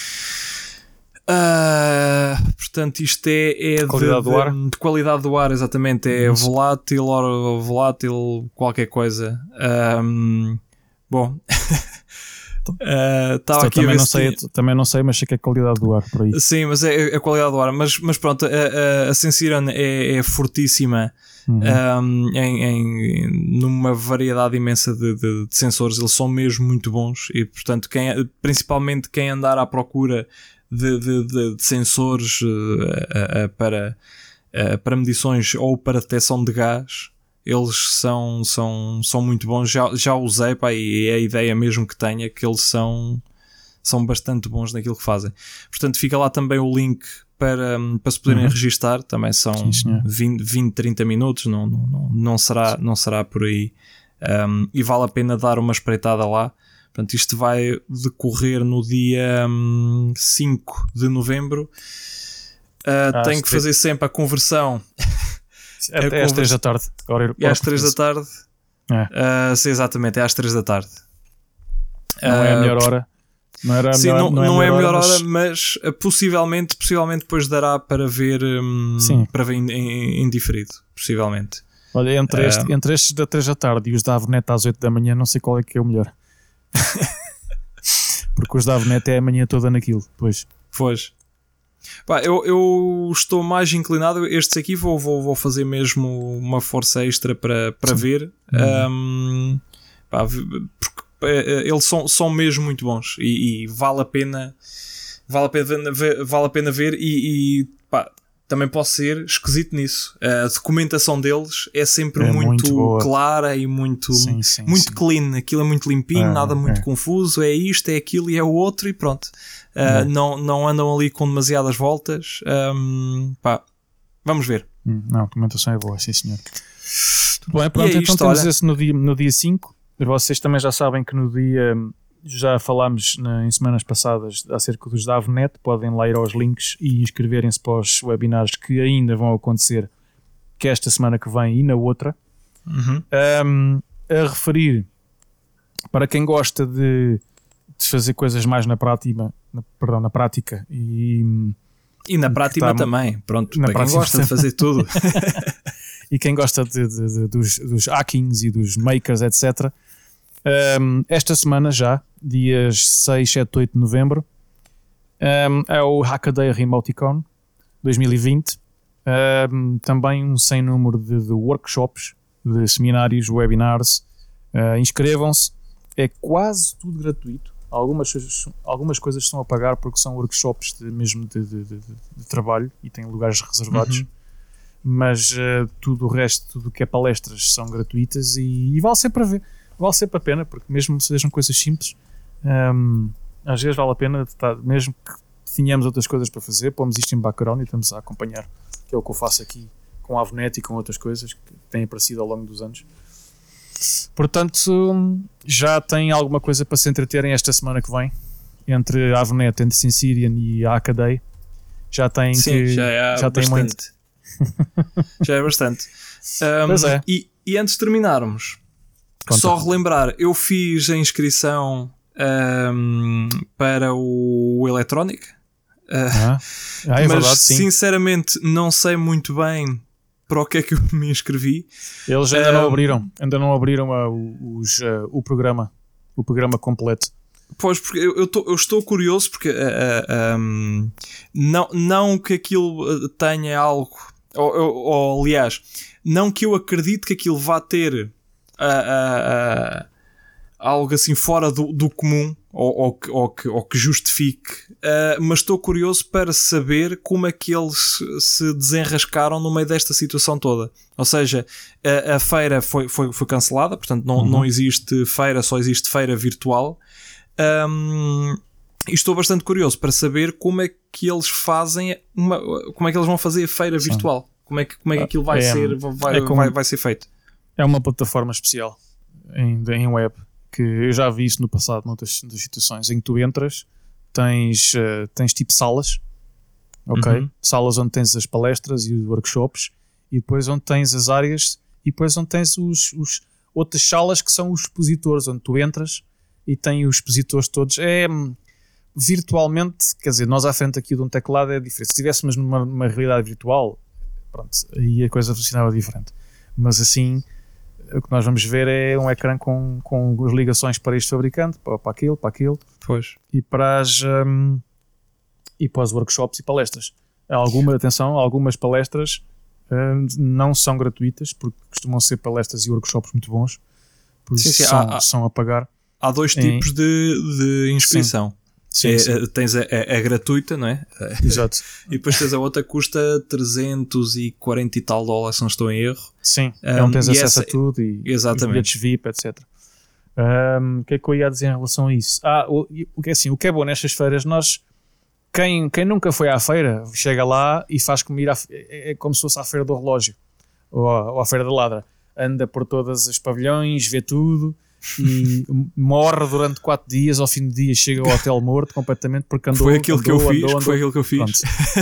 uh, portanto isto é, é qualidade de, do ar. De, de qualidade do ar, exatamente, é Isso. volátil ou volátil qualquer coisa. Um, bom... Uh, então, também, não sei, tinha... também não sei, mas sei que é a qualidade do ar por aí. Sim, mas é, é a qualidade do ar. Mas, mas pronto, a, a, a Sensirion é, é fortíssima uhum. um, em, em, numa variedade imensa de, de, de sensores. Eles são mesmo muito bons e, portanto, quem, principalmente quem andar à procura de, de, de, de sensores uh, uh, uh, para, uh, para medições ou para detecção de gás, eles são, são, são muito bons. Já, já usei, pá, e é a ideia mesmo que tenho, é que eles são, são bastante bons naquilo que fazem. Portanto, fica lá também o link para, para se poderem uhum. registar. Também são sim, vinte, vinte, trinta minutos, não, não, não, não, será, não será por aí. Um, e vale a pena dar uma espreitada lá. Portanto, isto vai decorrer no dia um, cinco de novembro. Uh, tenho que fazer sempre a conversão. Até às três da tarde. Agora é às três da tarde. É. Uh, sim, exatamente, é às três da tarde. Não uh, é a melhor hora. Não, era a sim, melhor, não, não, não é a melhor hora, hora, mas, mas possivelmente, possivelmente depois dará para ver, um, para ver em, em, em diferido. Possivelmente. Olha, entre, este, uh, entre estes da três da tarde e os da Avnet às oito da manhã, não sei qual é que é o melhor. Porque os da Avnet é a manhã toda naquilo. Pois. Pois. Pá, eu, eu estou mais inclinado. Estes aqui vou, vou, vou fazer mesmo uma força extra para, para ver. Um, pá, porque eles são, são mesmo muito bons e, e vale a pena vale a pena ver, vale a pena ver e, e pá, também posso ser esquisito nisso. A documentação deles é sempre é muito, muito clara e muito, sim, sim, muito sim. clean. Aquilo é muito limpinho, é, nada muito é. confuso. É isto, é aquilo e é o outro e pronto. Uh, é. não, não andam ali com demasiadas voltas. Um, pá, vamos ver. Não, a documentação é boa, sim senhor. Tudo bem, pronto, é isto, então temos olha. esse no dia, no dia cinco. Vocês também já sabem que no dia... Já falámos na, em semanas passadas acerca dos da Avnet. Podem lá ir aos links e inscreverem-se para os webinars que ainda vão acontecer, que esta semana que vem e na outra. Uhum. Um, a referir, para quem gosta de, de fazer coisas mais na prática, na, perdão, na prática e, e na prática tá, também, pronto, na para prática, quem gosta de fazer tudo. E quem gosta de, de, de, dos, dos hackings e dos makers, etcétera. Um, esta semana já, dias seis, sete, oito de novembro, um, é o Hackaday Remoticon dois mil e vinte. Um, também um sem número de, de workshops, de seminários, webinars. Uh, inscrevam-se, é quase tudo gratuito. Algumas, algumas coisas estão a pagar porque são workshops de, mesmo de, de, de, de trabalho e têm lugares reservados. Uhum. Mas uh, tudo o resto, tudo o que é palestras, são gratuitas e, e vale sempre a ver. Vale sempre a pena, porque mesmo se sejam coisas simples, um, às vezes vale a pena, tá, mesmo que tenhamos outras coisas para fazer, pomos isto em background e estamos a acompanhar, que é o que eu faço aqui com a Avnet e com outras coisas que têm aparecido ao longo dos anos. Portanto, já tem alguma coisa para se entreterem esta semana que vem, entre a Avnet, entre Sensirion e a Hackaday. Já tem Sim, que, já é já tem bastante. Muito. Já é bastante. Um, pois é. E, e antes de terminarmos, Conta. Só relembrar, eu fiz a inscrição um, para o Electronic, ah. Ah, é mas verdade, sim. sinceramente não sei muito bem para o que é que eu me inscrevi. Eles ainda um, não abriram, ainda não abriram a, os, a, o programa, o programa completo. Pois, porque eu, eu, tô, eu estou curioso porque uh, uh, um, não, não que aquilo tenha algo, ou, ou, ou aliás, não que eu acredite que aquilo vá ter Uh, uh, uh, algo assim fora do, do comum ou, ou, que, ou, que, ou que justifique, uh, mas estou curioso para saber como é que eles se desenrascaram no meio desta situação toda. Ou seja, a, a feira foi, foi, foi cancelada, portanto não, uhum. não existe feira, só existe feira virtual. Um, e estou bastante curioso para saber como é que eles fazem uma, como é que eles vão fazer a feira Sim. virtual, como é que, como é que aquilo vai, é, ser, vai, é como... vai, vai ser feito. É uma plataforma especial em, em web que eu já vi isso no passado, noutras, noutras situações, em que tu entras, tens, uh, tens tipo salas, ok? Uhum. Salas onde tens as palestras e os workshops, e depois onde tens as áreas, e depois onde tens os, os outras salas que são os expositores, onde tu entras e tem os expositores todos. É virtualmente, quer dizer, nós à frente aqui de um teclado é diferente. Se estivéssemos numa, numa realidade virtual, pronto, aí a coisa funcionava diferente. Mas assim, o que nós vamos ver é um ecrã com, com as ligações para este fabricante, para, para aquele, para aquele, pois. E para as um, e para os workshops e palestras. Alguma, atenção, algumas palestras um, não são gratuitas, porque costumam ser palestras e workshops muito bons, por isso sim, sim, são, há, são a pagar. Há dois em... tipos de, de inscrição. Sim. Sim, é, sim. Tens a, a, a gratuita, não é? Exato. E depois tens a outra que custa trezentos e quarenta e tal dólares, se não estou em erro. Sim, um, é onde tens acesso essa, a tudo e exatamente. Bilhetes V I P, etcétera. Um, o que é que eu ia dizer em relação a isso? Ah, o, o, que é assim, o que é bom nestas feiras, nós, quem, quem nunca foi à feira, chega lá e faz como ir à, é, é como se fosse à feira do relógio ou à, ou à feira da ladra. Anda por todas os pavilhões, vê tudo e morre durante quatro dias, ao fim do dia chega ao hotel morto completamente porque andou. Foi aquilo andou, que eu andou, fiz, andou, foi aquilo que eu fiz.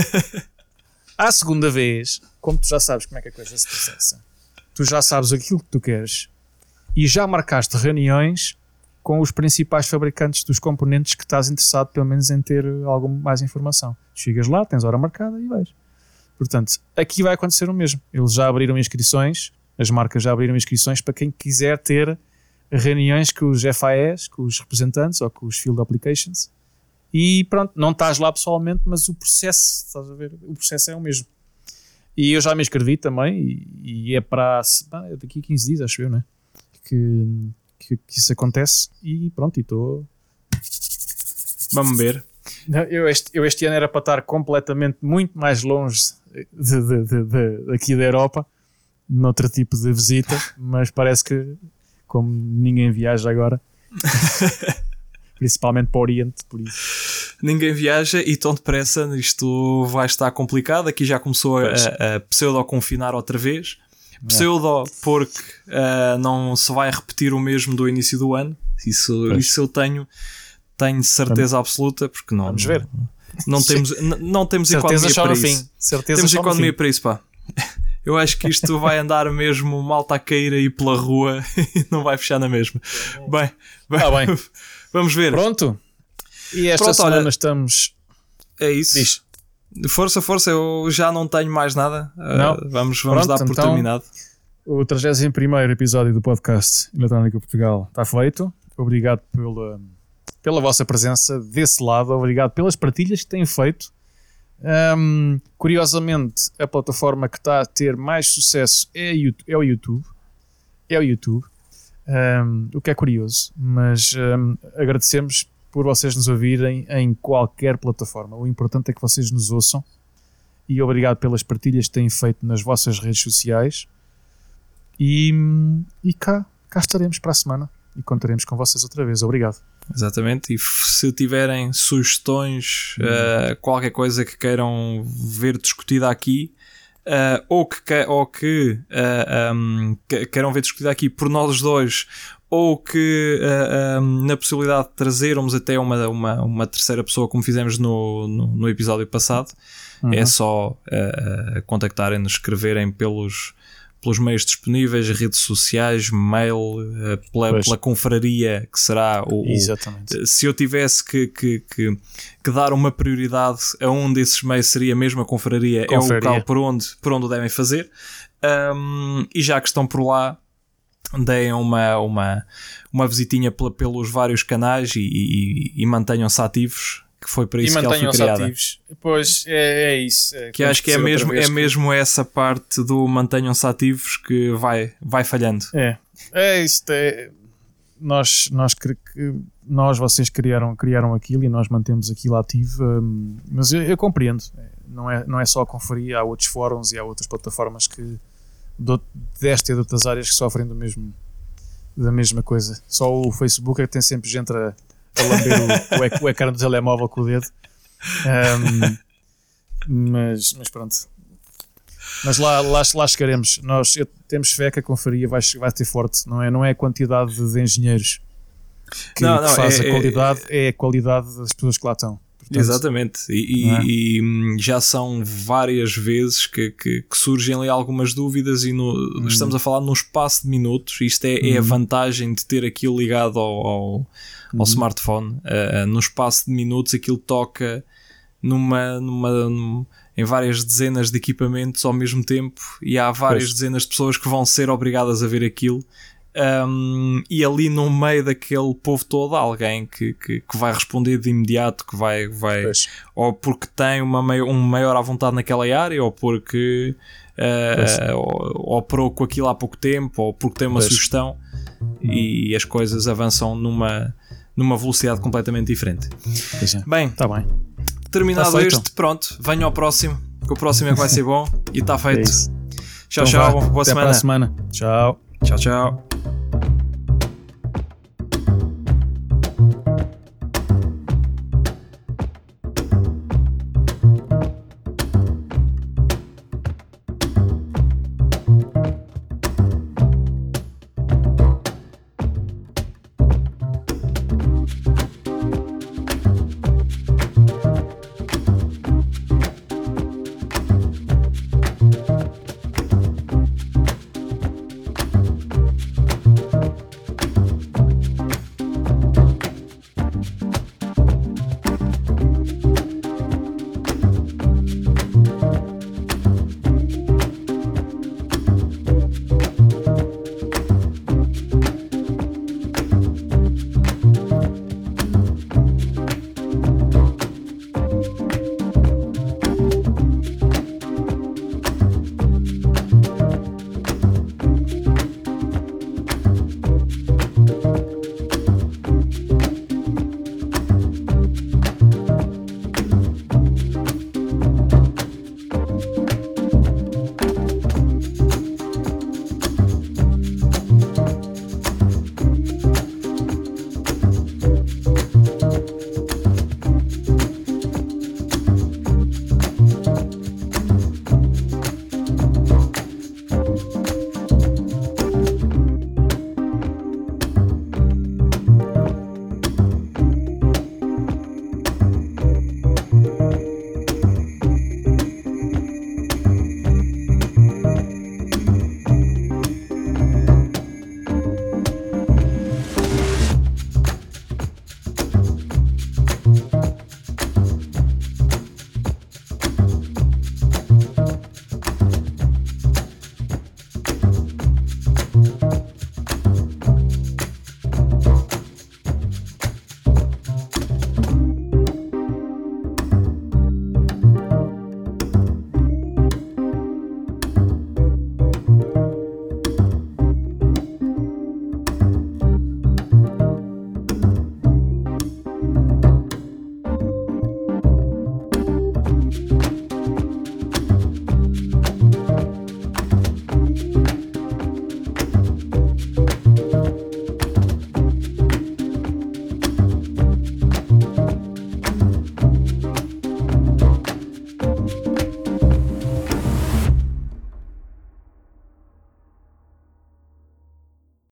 À segunda vez, como tu já sabes como é que a coisa se processa, tu já sabes aquilo que tu queres e já marcaste reuniões com os principais fabricantes dos componentes que estás interessado pelo menos em ter alguma mais informação. Chegas lá, tens hora marcada e vais. Portanto, aqui vai acontecer o mesmo. Eles já abriram inscrições, as marcas já abriram inscrições para quem quiser ter reuniões com os F A Es, com os representantes ou com os Field Applications, e pronto, não estás lá pessoalmente, mas o processo, estás a ver, o processo é o mesmo. E eu já me inscrevi também e, e é para é daqui a quinze dias, acho eu, né? que, que, que isso acontece e pronto, e estou vamos ver. Eu este, eu este ano era para estar completamente muito mais longe de, de, de, de, daqui da Europa, noutro tipo de visita, mas parece que como ninguém viaja agora, principalmente para o Oriente, por isso. Ninguém viaja e tão depressa isto vai estar complicado. Aqui já começou a, a pseudo-confinar outra vez. Pseudo porque uh, não se vai repetir o mesmo do início do ano. Isso, isso eu tenho, tenho certeza vamos, absoluta, porque não... Vamos ver. Não, não temos, não, não temos economia para isso. Fim. Certeza temos economia para isso, pá. Eu acho que isto vai andar mesmo malta a cair aí pela rua e não vai fechar na mesma. Bem, bem, ah, bem. Vamos ver. Pronto. E esta Pronto, semana olha, estamos... É isso. Diz. Força, força, eu já não tenho mais nada. Não. Uh, vamos vamos Pronto, dar por então, terminado. O trigésimo primeiro episódio do podcast Eletrónica Portugal está feito. Obrigado pela, pela vossa presença desse lado. Obrigado pelas partilhas que têm feito. Um, curiosamente, a plataforma que está a ter mais sucesso é, é o YouTube. É o YouTube. Um, o que é curioso. Mas um, agradecemos por vocês nos ouvirem em qualquer plataforma. O importante é que vocês nos ouçam. E obrigado pelas partilhas que têm feito nas vossas redes sociais. E, e cá, cá estaremos para a semana. E contaremos com vocês outra vez. Obrigado. Exatamente, e se tiverem sugestões, hum. uh, qualquer coisa que queiram ver discutida aqui, uh, ou que, ou que, uh, um, que queiram ver discutida aqui por nós dois, ou que uh, um, na possibilidade de trazermos até uma, uma, uma terceira pessoa, como fizemos no, no, no episódio passado, uhum. é só uh, contactarem-nos, escreverem pelos... pelos meios disponíveis, redes sociais, mail, uh, pela, pela confraria, que será o... Exatamente. O, se eu tivesse que, que, que, que dar uma prioridade a um desses meios, seria a mesma confraria, confraria. É o local por onde, por onde o devem fazer. Um, e já que estão por lá, deem uma, uma, uma visitinha pela, pelos vários canais e, e, e mantenham-se ativos, que foi para isso que ela foi criada. Ativos. Pois, é, é isso. É, que acho que é mesmo, é mesmo essa parte do mantenham-se ativos que vai, vai falhando. É, é isto. É, nós, nós, nós, vocês criaram, criaram aquilo e nós mantemos aquilo ativo, hum, mas eu, eu compreendo. Não é, não é só a conferir, há outros fóruns e há outras plataformas que, desta e de outras áreas, que sofrem do mesmo, da mesma coisa. Só o Facebook é que tem sempre gente a a lamber o, o ecrã do telemóvel com o dedo. Um, mas, mas pronto. Mas lá, lá, lá chegaremos. Nós eu, temos fé que a conferia vai, vai ter forte. Não é, não é a quantidade de engenheiros que, Não, não, que faz é- a qualidade é, a qualidade das pessoas que lá estão. Portanto, Exatamente, e, e- Não é? e, hum, já são várias vezes que, que- que surgem ali algumas dúvidas e no- Hum. estamos a falar num espaço de minutos. Isto é, é a vantagem de ter aquilo ligado ao, ao, ao smartphone. Uh, uh, no espaço de minutos aquilo toca numa, numa, num- em várias dezenas de equipamentos ao mesmo tempo e há várias Pois. dezenas de pessoas que vão ser obrigadas a ver aquilo. Um, e ali no meio daquele povo todo há alguém que, que, que vai responder de imediato, que vai, vai Pois. ou porque tem uma maior, um maior à vontade naquela área, ou porque uh, ou, operou com aquilo há pouco tempo, ou porque tem uma Pois. sugestão, e as coisas avançam numa, numa velocidade completamente diferente. Pois é. Bem, Está bem. terminado Tá feito. este, pronto, venho ao próximo, que o próximo é que vai ser bom, e está É feito. isso. Tchau, Então tchau, vá, boa até semana. para a semana. Tchau. Tchau, tchau.